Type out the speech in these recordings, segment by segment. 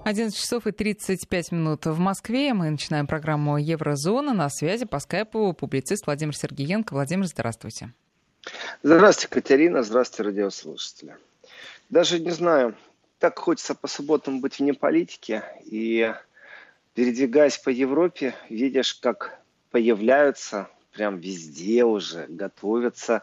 11 часов и 35 минут в Москве. Мы начинаем программу «Еврозона». На связи по скайпу публицист Владимир Сергиенко. Владимир, здравствуйте. Здравствуйте, Катерина. Здравствуйте, радиослушатели. Даже не знаю, так хочется по субботам быть вне политики. И передвигаясь по Европе, видишь, как появляются прям везде уже, готовятся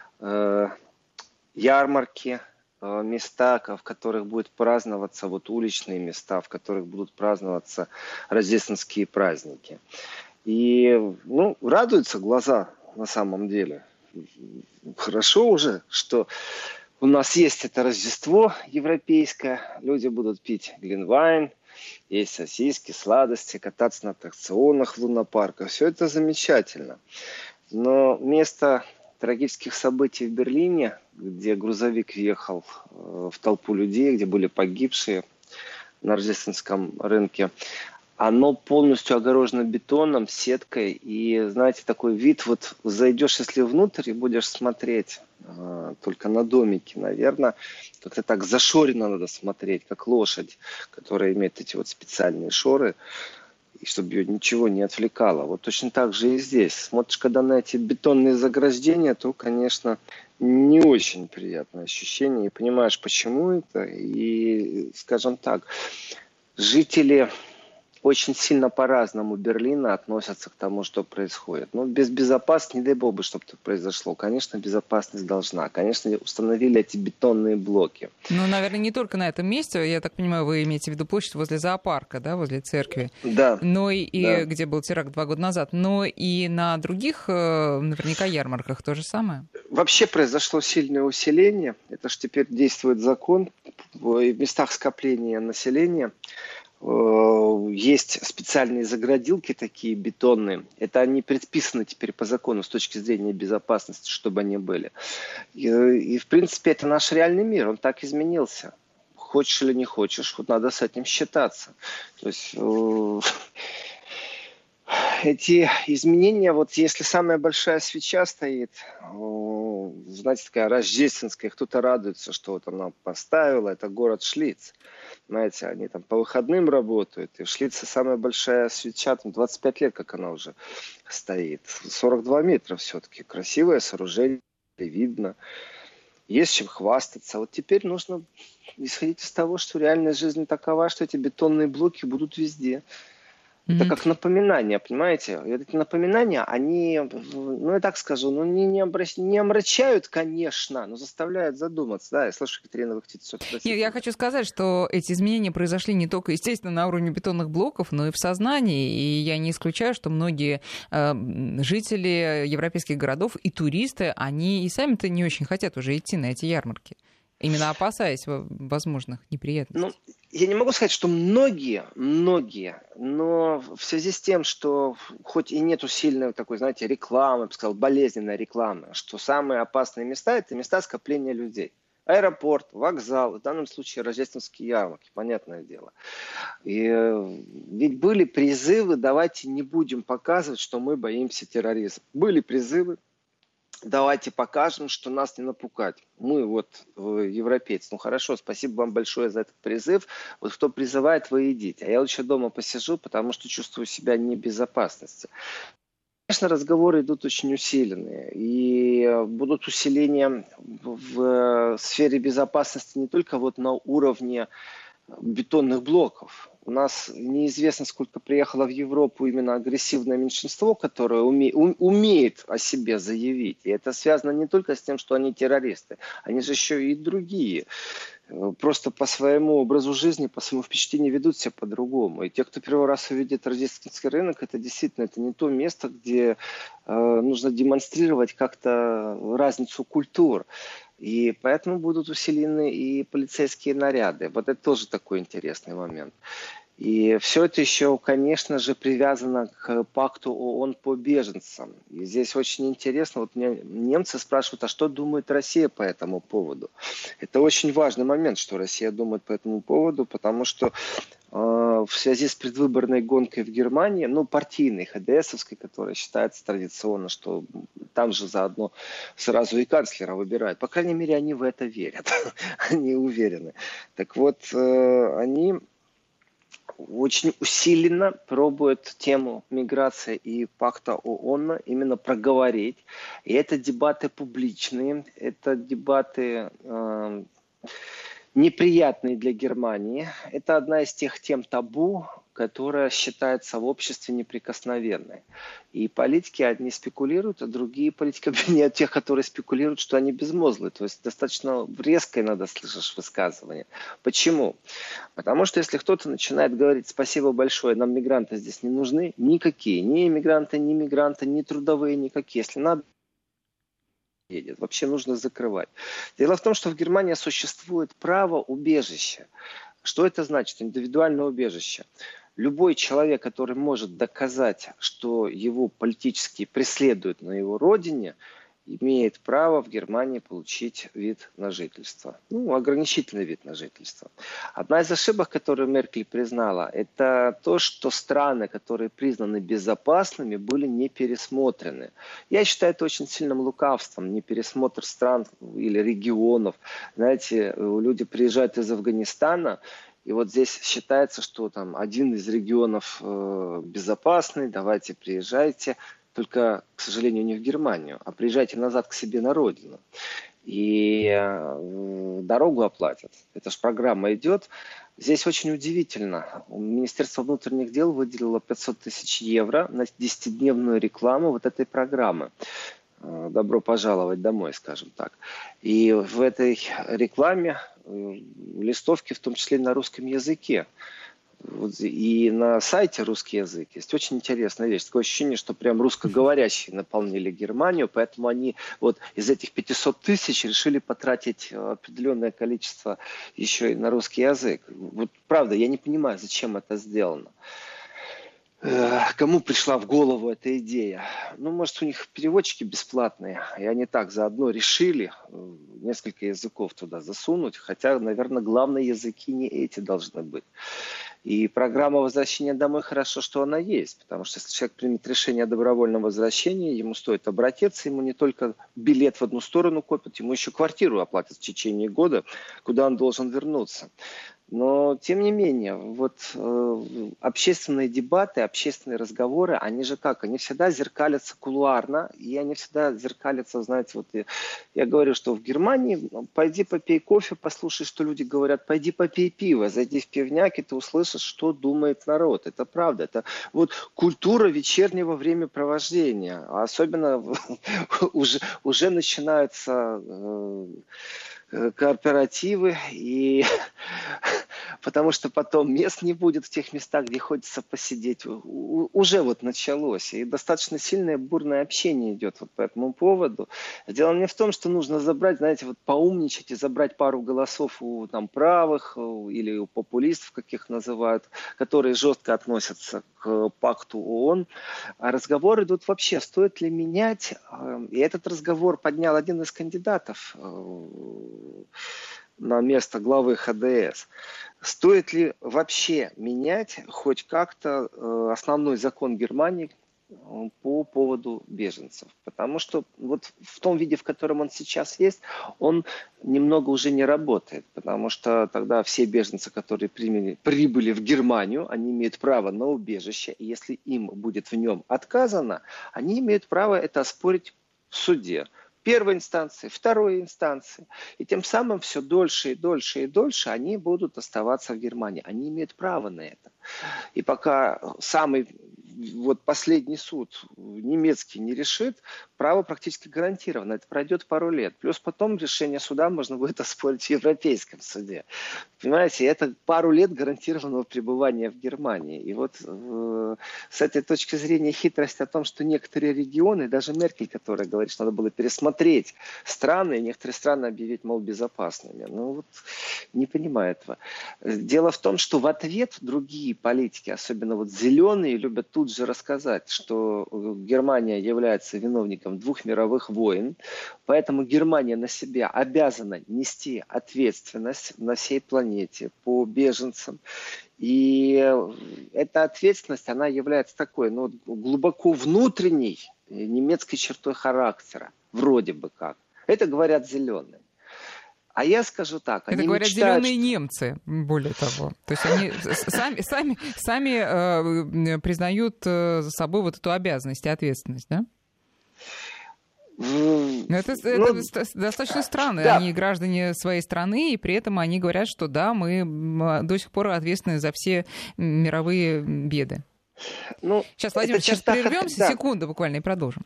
ярмарки, места, в которых будет праздноваться, вот уличные места, в которых будут праздноваться рождественские праздники. И, радуются глаза на самом деле. Хорошо уже, что у нас есть это Рождество европейское, люди будут пить глинвайн, есть сосиски, сладости, кататься на аттракционах в лунопарках. Все это замечательно. Но место трагических событий в Берлине, где грузовик въехал в толпу людей, где были погибшие на рождественском рынке, оно полностью огорожено бетоном, сеткой. И, знаете, такой вид, вот зайдешь, если внутрь, и будешь смотреть только на домики, наверное, как-то так зашоренно надо смотреть, как лошадь, которая имеет эти вот специальные шоры, и чтобы ее ничего не отвлекало. Вот точно так же и здесь. Смотришь, когда на эти бетонные заграждения, то, конечно, не очень приятное ощущение. И понимаешь, почему это. И, скажем так, жители очень сильно по-разному Берлина относятся к тому, что происходит. Без безопасности, не дай бог бы, чтобы это произошло. Конечно, безопасность должна. Конечно, установили эти бетонные блоки. Наверное, не только на этом месте. Я так понимаю, вы имеете в виду площадь возле зоопарка, да, возле церкви. Да. Но и да. где был теракт 2 года назад. Но и на других, наверняка, ярмарках то же самое. Вообще произошло сильное усиление. Это же теперь действует закон. В местах скопления населения есть специальные заградилки такие бетонные. Это они предписаны теперь по закону с точки зрения безопасности, чтобы они были. И в принципе, это наш реальный мир. Он так изменился. Хочешь или не хочешь, вот надо с этим считаться. То есть эти изменения, вот если самая большая свеча стоит, знаете, такая рождественская, кто-то радуется, что вот она поставила, это город Шлиц. Знаете, они там по выходным работают, и в Шлице самая большая свеча, там 25 лет, как она уже стоит. 42 метра все-таки, красивое сооружение, видно. Есть чем хвастаться. Вот теперь нужно исходить из того, что реальная жизнь такова, что эти бетонные блоки будут везде. Это как напоминание, понимаете? И эти напоминания, они, я так скажу, не омрачают, конечно, но заставляют задуматься. Да, я слышу, Екатерина, вы хотите что-то спросить? Нет, я хочу сказать, что эти изменения произошли не только, естественно, на уровне бетонных блоков, но и в сознании. И я не исключаю, что многие жители европейских городов и туристы, они и сами-то не очень хотят уже идти на эти ярмарки. Именно опасаясь возможных неприятностей. Я не могу сказать, что многие, но в связи с тем, что хоть и нету сильной такой, знаете, рекламы, я бы сказал, болезненной рекламы, что самые опасные места – это места скопления людей. Аэропорт, вокзал, в данном случае рождественские ярмарки, понятное дело. И ведь были призывы, давайте не будем показывать, что мы боимся терроризма. Были призывы. Давайте покажем, что нас не напугать. Мы вот европейцы. Хорошо, спасибо вам большое за этот призыв. Вот кто призывает, вы идите. А я лучше дома посижу, потому что чувствую себя не в безопасности. Конечно, разговоры идут очень усиленные. И будут усиления в сфере безопасности не только вот на уровне бетонных блоков. У нас неизвестно, сколько приехало в Европу именно агрессивное меньшинство, которое умеет о себе заявить. И это связано не только с тем, что они террористы. Они же еще и другие. Просто по своему образу жизни, по своему впечатлению ведут себя по-другому. И те, кто первый раз увидит рождественский рынок, это действительно это не то место, где нужно демонстрировать как-то разницу культур. И поэтому будут усилены и полицейские наряды. Вот это тоже такой интересный момент. И все это еще, конечно же, привязано к пакту ООН по беженцам. И здесь очень интересно, вот меня немцы спрашивают, а что думает Россия по этому поводу? Это очень важный момент, что Россия думает по этому поводу, потому что в связи с предвыборной гонкой в Германии, партийной, ХДСовской, которая считается традиционно, что там же заодно сразу и канцлера выбирают. По крайней мере, они в это верят, они уверены. Так вот, они очень усиленно пробует тему миграции и пакта ООН именно проговорить. И это дебаты публичные, это дебаты неприятные для Германии. Это одна из тех тем табу, которая считается в обществе неприкосновенной. И политики одни спекулируют, а другие политики обвиняют тех, которые спекулируют, что они безмозглые. То есть достаточно резко иногда слышишь высказывания. Почему? Потому что если кто-то начинает говорить: спасибо большое, нам мигранты здесь не нужны, никакие, ни иммигранты, ни мигранты, ни трудовые, никакие. Если надо, едет. Вообще нужно закрывать. Дело в том, что в Германии существует право убежища. Что это значит? Индивидуальное убежище. Любой человек, который может доказать, что его политически преследуют на его родине, имеет право в Германии получить вид на жительство. Ну, ограничительный вид на жительство. Одна из ошибок, которую Меркель признала, это то, что страны, которые признаны безопасными, были не пересмотрены. Я считаю это очень сильным лукавством, не пересмотр стран или регионов. Знаете, люди приезжают из Афганистана, и вот здесь считается, что там один из регионов безопасный, давайте приезжайте. Только, к сожалению, не в Германию, а приезжайте назад к себе на родину. И дорогу оплатят. Это же программа идет. Здесь очень удивительно. Министерство внутренних дел выделило 500 тысяч евро на 10-дневную рекламу вот этой программы. Добро пожаловать домой, скажем так. И в этой рекламе листовки, в том числе на русском языке. И на сайте русский язык есть очень интересная вещь. Такое ощущение, что прям русскоговорящие наполнили Германию, поэтому они вот из этих 500 тысяч решили потратить определенное количество еще и на русский язык. Вот правда, я не понимаю, зачем это сделано. Кому пришла в голову эта идея? Ну, может, у них переводчики бесплатные, и они так заодно решили несколько языков туда засунуть, хотя, наверное, главные языки не эти должны быть. И программа возвращения домой, хорошо, что она есть, потому что если человек примет решение о добровольном возвращении, ему стоит обратиться, ему не только билет в одну сторону купят, ему еще квартиру оплатят в течение года, куда он должен вернуться. Но, тем не менее, вот общественные дебаты, общественные разговоры, они же как? Они всегда зеркалятся кулуарно, и они всегда зеркалятся, знаете, вот я говорю, что в Германии пойди попей кофе, послушай, что люди говорят, пойди попей пиво, зайди в пивняк, и ты услышишь, что думает народ. Это правда. Это вот культура вечернего времяпровождения. А особенно уже начинаются кооперативы, и потому что потом мест не будет в тех местах, где хочется посидеть. Уже вот началось. И достаточно сильное бурное общение идет вот по этому поводу. Дело не в том, что нужно забрать, знаете, вот поумничать и забрать пару голосов у там правых или у популистов, каких называют, которые жестко относятся к пакту ООН. А разговоры идут вообще, стоит ли менять. И этот разговор поднял один из кандидатов на место главы ХДС. Стоит ли вообще менять хоть как-то основной закон Германии по поводу беженцев? Потому что вот в том виде, в котором он сейчас есть, он немного уже не работает. Потому что тогда все беженцы, которые прибыли в Германию, они имеют право на убежище. И если им будет в нем отказано, они имеют право это оспорить в суде. Первой инстанции, второй инстанции. И тем самым все дольше и дольше и дольше они будут оставаться в Германии. Они имеют право на это. И пока самый вот последний суд немецкий не решит, право практически гарантировано. Это пройдет пару лет. Плюс потом решение суда можно будет оспорить в Европейском суде. Понимаете, это пару лет гарантированного пребывания в Германии. И вот с этой точки зрения хитрость о том, что некоторые регионы, даже Меркель, которая говорит, что надо было пересмотреть страны, и некоторые страны объявить, мол, безопасными. Ну вот не понимаю этого. Дело в том, что в ответ другие политики, особенно вот зеленые, любят тут же рассказать, что Германия является виновником 2 мировых войн, поэтому Германия на себя обязана нести ответственность на всей планете по беженцам. И эта ответственность, она является такой, ну, глубоко внутренней немецкой чертой характера, вроде бы как. Это говорят зеленые. А я скажу так, это они говорят мечтают, зеленые немцы, более того. То есть они сами признают за собой вот эту обязанность и ответственность, да? Это достаточно странно. Да. Они граждане своей страны, и при этом они говорят, что да, мы до сих пор ответственны за все мировые беды. Сейчас, Владимир, сейчас прервемся, да. Секунду буквально, и продолжим.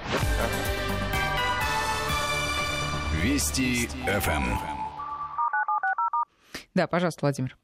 Вести ФМ. Да, пожалуйста, Владимир.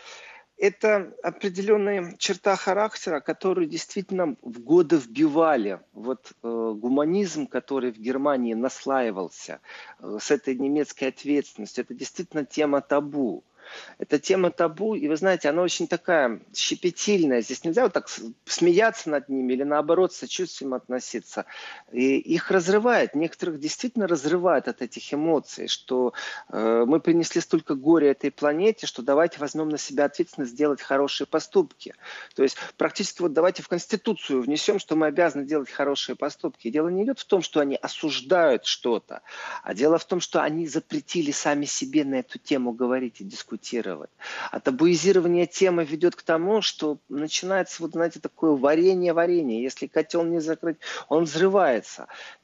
Это определенная черта характера, которую действительно в годы вбивали. Вот гуманизм, который в Германии наслаивался с этой немецкой ответственностью, это действительно тема табу. Это тема табу, и вы знаете, она очень такая щепетильная. Здесь нельзя вот так смеяться над ними или наоборот с сочувствием относиться. И их разрывает, некоторых действительно разрывает от этих эмоций, что мы принесли столько горя этой планете, что давайте возьмем на себя ответственность сделать хорошие поступки. То есть практически вот давайте в Конституцию внесем, что мы обязаны делать хорошие поступки. И дело не идет в том, что они осуждают что-то, а дело в том, что они запретили сами себе на эту тему говорить и дискутировать. А табуизирование темы ведет к тому, что начинается, вот знаете, такое варенье. Если котел не закрыть, он взрывается.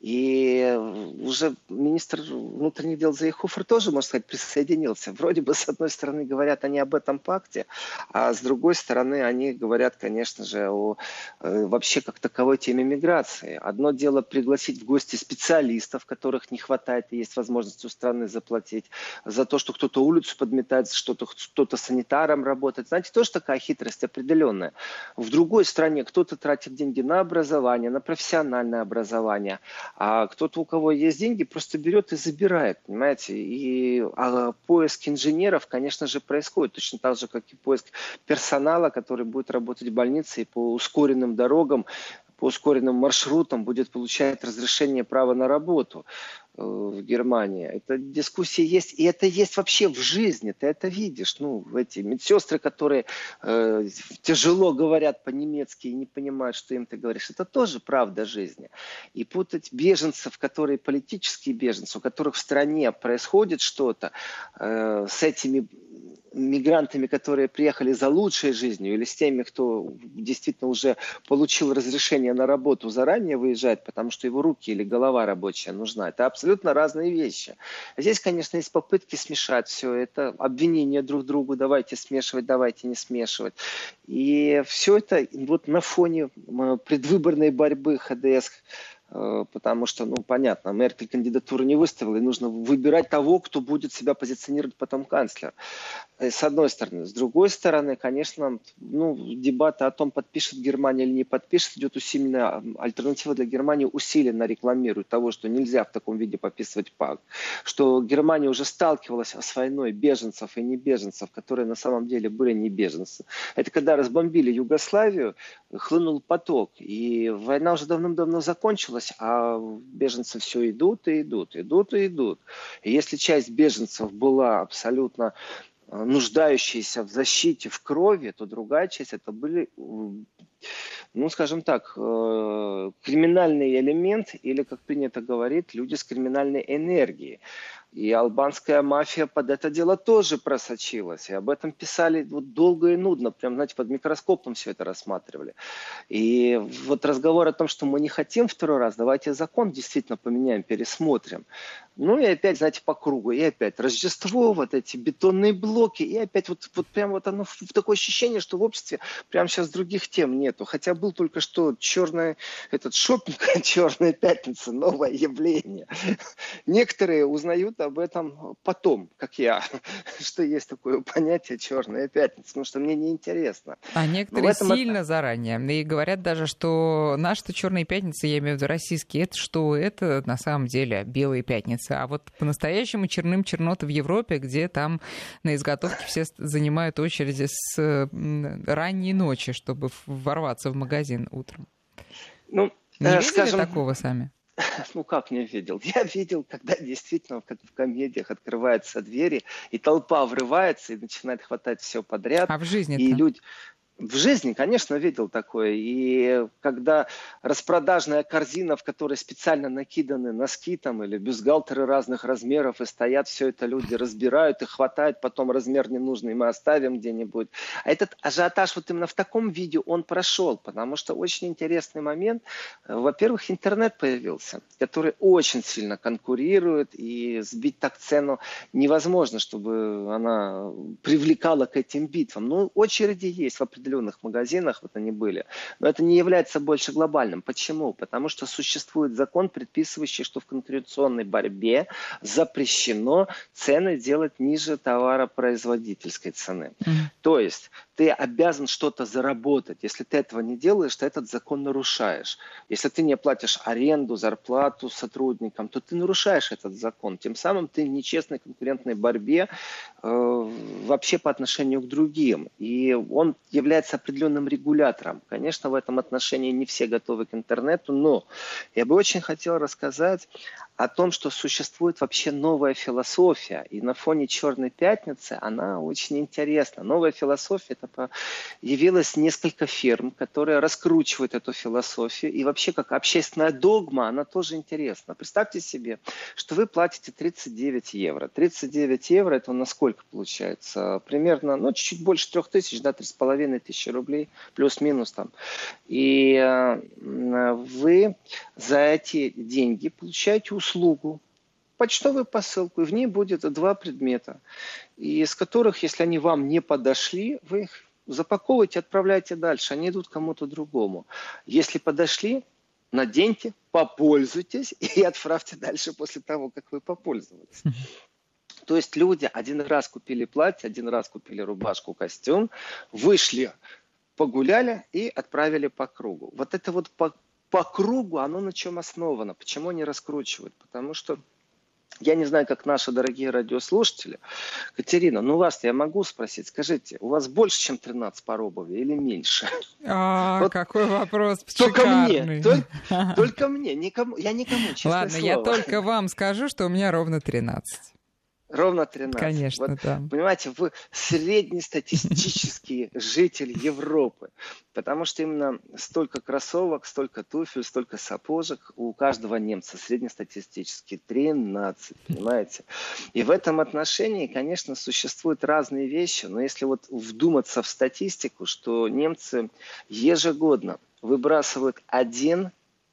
И уже министр внутренних дел Зейхофер тоже, можно сказать, присоединился. Вроде бы, с одной стороны, говорят они об этом пакте, а с другой стороны, они говорят, конечно же, о вообще как таковой теме миграции. Одно дело пригласить в гости специалистов, которых не хватает, и есть возможность у страны заплатить за то, что кто-то улицу подметает, что-то кто-то санитаром работает. Знаете, тоже такая хитрость определенная. В другой стране кто-то тратит деньги на образование, на профессиональное образование, а кто-то, у кого есть деньги, просто берет и забирает, понимаете? И поиск инженеров, конечно же, происходит точно так же, как и поиск персонала, который будет работать в больнице и по ускоренным дорогам, по ускоренным маршрутам будет получать разрешение права на работу в Германии. Эта дискуссия есть, и это есть вообще в жизни. Ты это видишь. Эти медсестры, которые тяжело говорят по-немецки и не понимают, что им ты говоришь, это тоже правда жизни. И путать беженцев, которые политические беженцы, у которых в стране происходит что-то, с этими мигрантами, которые приехали за лучшей жизнью, или с теми, кто действительно уже получил разрешение на работу, заранее выезжает, потому что его руки или голова рабочая нужна. Это абсолютно разные вещи. Здесь, конечно, есть попытки смешать все это, обвинения друг другу, давайте смешивать, давайте не смешивать. И все это вот на фоне предвыборной борьбы ХДС, потому что, понятно, Меркель кандидатуру не выставила, и нужно выбирать того, кто будет себя позиционировать потом канцлер. С одной стороны. С другой стороны, конечно, дебаты о том, подпишет Германия или не подпишет, идет усиленная альтернатива для Германии, усиленно рекламирует того, что нельзя в таком виде подписывать пакт, что Германия уже сталкивалась с войной беженцев и не беженцев, которые на самом деле были не беженцы. Это когда разбомбили Югославию, хлынул поток, и война уже давным-давно закончилась, а беженцы все идут и идут. И если часть беженцев была абсолютно нуждающиеся в защите, в крови, то другая часть это были, скажем так, криминальный элемент, или, как принято говорить, люди с криминальной энергией. И албанская мафия под это дело тоже просочилась. И об этом писали долго и нудно. Прям, знаете, под микроскопом все это рассматривали. И вот разговор о том, что мы не хотим второй раз, давайте закон действительно поменяем, пересмотрим. И опять, знаете, по кругу. И опять Рождество, вот эти бетонные блоки. И опять вот прям вот оно в такое ощущение, что в обществе прям сейчас других тем нету. Хотя был только что шопинг, Черная пятница, новое явление. Некоторые узнают об этом потом, как я, что есть такое понятие «Черная пятница», потому что мне неинтересно. А некоторые сильно заранее. И говорят даже, что наша «Черная пятница», я имею в виду российские, это на самом деле белые пятницы. А вот по-настоящему черным-чернота в Европе, где там на изготовке все занимают очереди с ранней ночи, чтобы ворваться в магазин утром. Не видели такого сами? Как не видел? Я видел, когда действительно, как в комедиях, открываются двери, и толпа врывается и начинает хватать все подряд. А в жизни-то? И люди... В жизни, конечно, видел такое. И когда распродажная корзина, в которой специально накиданы носки там или бюстгальтеры разных размеров и стоят, все это люди разбирают и хватают, потом размер ненужный мы оставим где-нибудь. А этот ажиотаж вот именно в таком виде он прошел, потому что очень интересный момент. Во-первых, интернет появился, который очень сильно конкурирует, и сбить так цену невозможно, чтобы она привлекала к этим битвам. Ну, очереди есть в определенных магазинах, вот они были. Но это не является больше глобальным. Почему? Потому что существует закон, предписывающий, что в конкуренционной борьбе запрещено цены делать ниже товаропроизводительской цены. То есть ты обязан что-то заработать. Если ты этого не делаешь, ты этот закон нарушаешь. Если ты не платишь аренду, зарплату сотрудникам, то ты нарушаешь этот закон. Тем самым ты в нечестной конкурентной борьбе вообще по отношению к другим. И он является определенным регулятором. Конечно, в этом отношении не все готовы к интернету, но я бы очень хотел рассказать о том, что существует вообще новая философия. И на фоне «Черной пятницы» она очень интересна. Новая философия – это явилось несколько фирм, которые раскручивают эту философию. И вообще, как общественная догма, она тоже интересна. Представьте себе, что вы платите 39 евро. 39 евро – это на сколько получается? Примерно, ну, чуть-чуть больше 3000, да, 3500 рублей, плюс-минус там. И вы за эти деньги получаете услугу, почтовую посылку, и в ней будет 2 предмета, из которых, если они вам не подошли, вы их запаковываете, отправляете дальше, они идут кому-то другому. Если подошли, наденьте, попользуйтесь и отправьте дальше после того, как вы попользовались. То есть люди один раз купили платье, один раз купили рубашку, костюм, вышли, погуляли и отправили по кругу. Вот это вот по кругу, оно на чем основано? Почему они раскручивают? Потому что я не знаю, как наши дорогие радиослушатели. Катерина, ну вас я могу спросить, скажите, у вас больше, чем 13 пар обуви или меньше? Вот какой вопрос только шикарный. Только мне, никому, я никому, честное Ладно, слово. я только вам скажу, что у меня ровно 13. Ровно 13. Конечно, вот, да. Понимаете, вы среднестатистический житель Европы, потому что именно столько кроссовок, столько туфель, столько сапожек у каждого немца среднестатистически 13, понимаете? И в этом отношении, конечно, существуют разные вещи, но если вот вдуматься в статистику, что немцы ежегодно выбрасывают 1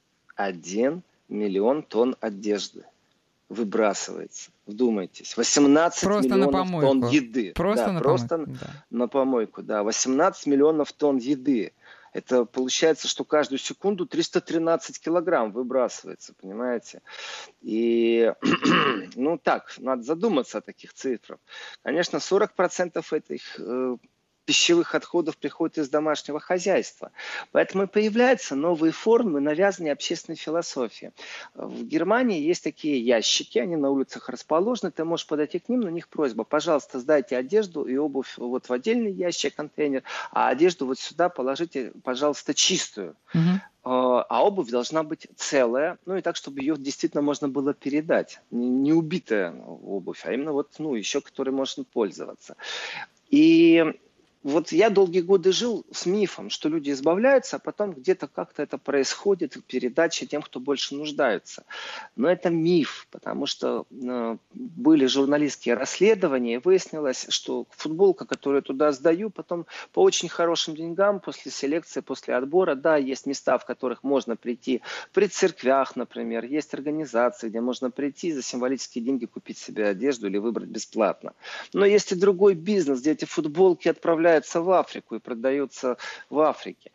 миллион тонн одежды. Выбрасывается. Вдумайтесь. 18 просто миллионов тонн еды. Просто да, на просто помойку. Да. На помойку. Да. 18 миллионов тонн еды. Это получается, что каждую секунду 313 килограмм выбрасывается, понимаете? И, ну так, надо задуматься о таких цифрах. Конечно, 40% этих пищевых отходов приходит из домашнего хозяйства. Поэтому и появляются новые формы навязанной общественной философии. В Германии есть такие ящики, они на улицах расположены, ты можешь подойти к ним, на них просьба, пожалуйста, сдайте одежду и обувь вот в отдельный ящик, контейнер, а одежду вот сюда положите, пожалуйста, чистую. А обувь должна быть целая, ну и так, чтобы ее действительно можно было передать. Не убитая обувь, а именно вот, ну, еще которой можно пользоваться. И вот я долгие годы жил с мифом, что люди избавляются, а потом где-то как-то это происходит, передача тем, кто больше нуждается. Но это миф, потому что были журналистские расследования, и выяснилось, что футболка, которую я туда сдаю, потом по очень хорошим деньгам, после селекции, после отбора, да, есть места, в которых можно прийти, при церквях, например, есть организации, где можно прийти за символические деньги купить себе одежду или выбрать бесплатно. Но есть и другой бизнес, где эти футболки отправляются в Африку и продаются в Африке.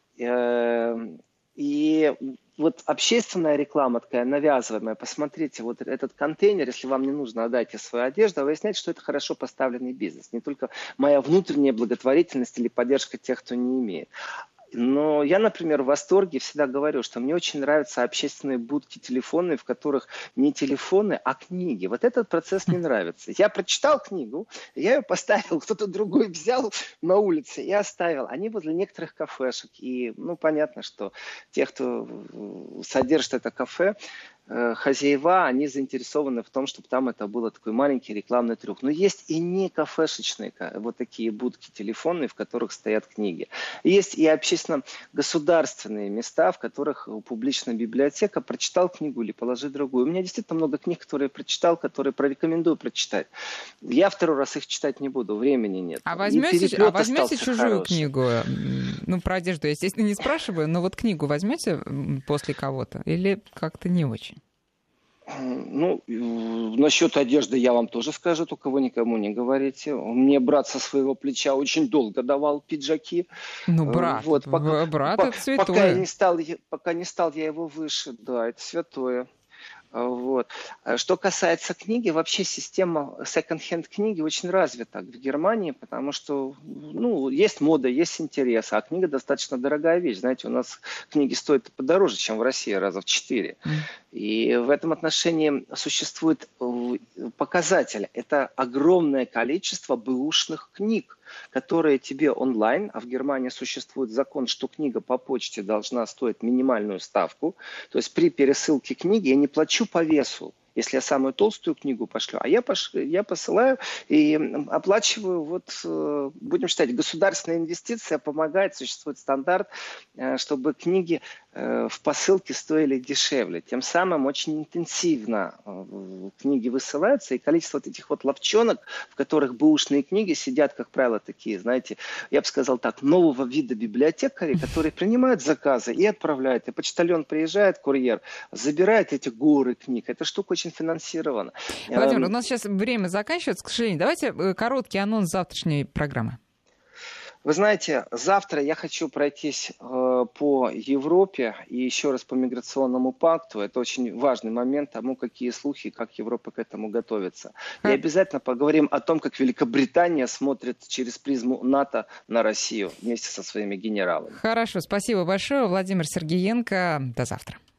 И вот общественная реклама такая навязываемая, посмотрите, вот этот контейнер, если вам не нужно, отдайте свою одежду, а выясняйте, что это хорошо поставленный бизнес. Не только моя внутренняя благотворительность или поддержка тех, кто не имеет. Но я, например, в восторге всегда говорю, что мне очень нравятся общественные будки телефонные, в которых не телефоны, а книги. Вот этот процесс мне нравится. Я прочитал книгу, я ее поставил, кто-то другой взял на улице и оставил. Они возле некоторых кафешек. И, ну, понятно, что те, кто содержит это кафе, хозяева, они заинтересованы в том, чтобы там это было такой маленький рекламный трюк. Но есть и не кафешечные вот такие будки телефонные, в которых стоят книги. Есть и общественно-государственные места, в которых публичная библиотека прочитал книгу или положи другую. У меня действительно много книг, которые я прочитал, которые порекомендую прочитать. Я второй раз их читать не буду, времени нет. А возьмете чужую книгу? Ну, про одежду я, естественно, не спрашиваю, но вот книгу возьмете после кого-то или как-то не очень? Ну, насчет одежды я вам тоже скажу, только вы никому не говорите. Мне брат со своего плеча очень долго давал пиджаки. Ну, брат, вот, брат это святое. Пока не стал я его выше, да, это святое. Вот. Что касается книги, вообще система секонд-хенд книги очень развита в Германии, потому что есть мода, есть интерес, а книга достаточно дорогая вещь. Знаете, у нас книги стоят подороже, чем в России, раза в 4. И в этом отношении существует показатель. Это огромное количество бэушных книг, которые тебе онлайн, а в Германии существует закон, что книга по почте должна стоить минимальную ставку. То есть при пересылке книги я не плачу по весу, если я самую толстую книгу пошлю, а я посылаю и оплачиваю, будем считать, государственная инвестиция помогает, существует стандарт, чтобы книги в посылке стоили дешевле. Тем самым очень интенсивно книги высылаются, и количество вот этих вот ловчонок, в которых бэушные книги сидят, как правило, такие, знаете, я бы сказал так, нового вида библиотекари, которые принимают заказы и отправляют. И почтальон приезжает, курьер, забирает эти горы книг. Эта штука очень финансирована. Владимир, у нас сейчас время заканчивается, к сожалению. Давайте короткий анонс завтрашней программы. Вы знаете, завтра я хочу пройтись по Европе и еще раз по миграционному пакту. Это очень важный момент тому, какие слухи, как Европа к этому готовится. И обязательно поговорим о том, как Великобритания смотрит через призму НАТО на Россию вместе со своими генералами. Хорошо, спасибо большое. Владимир Сергеенко. До завтра.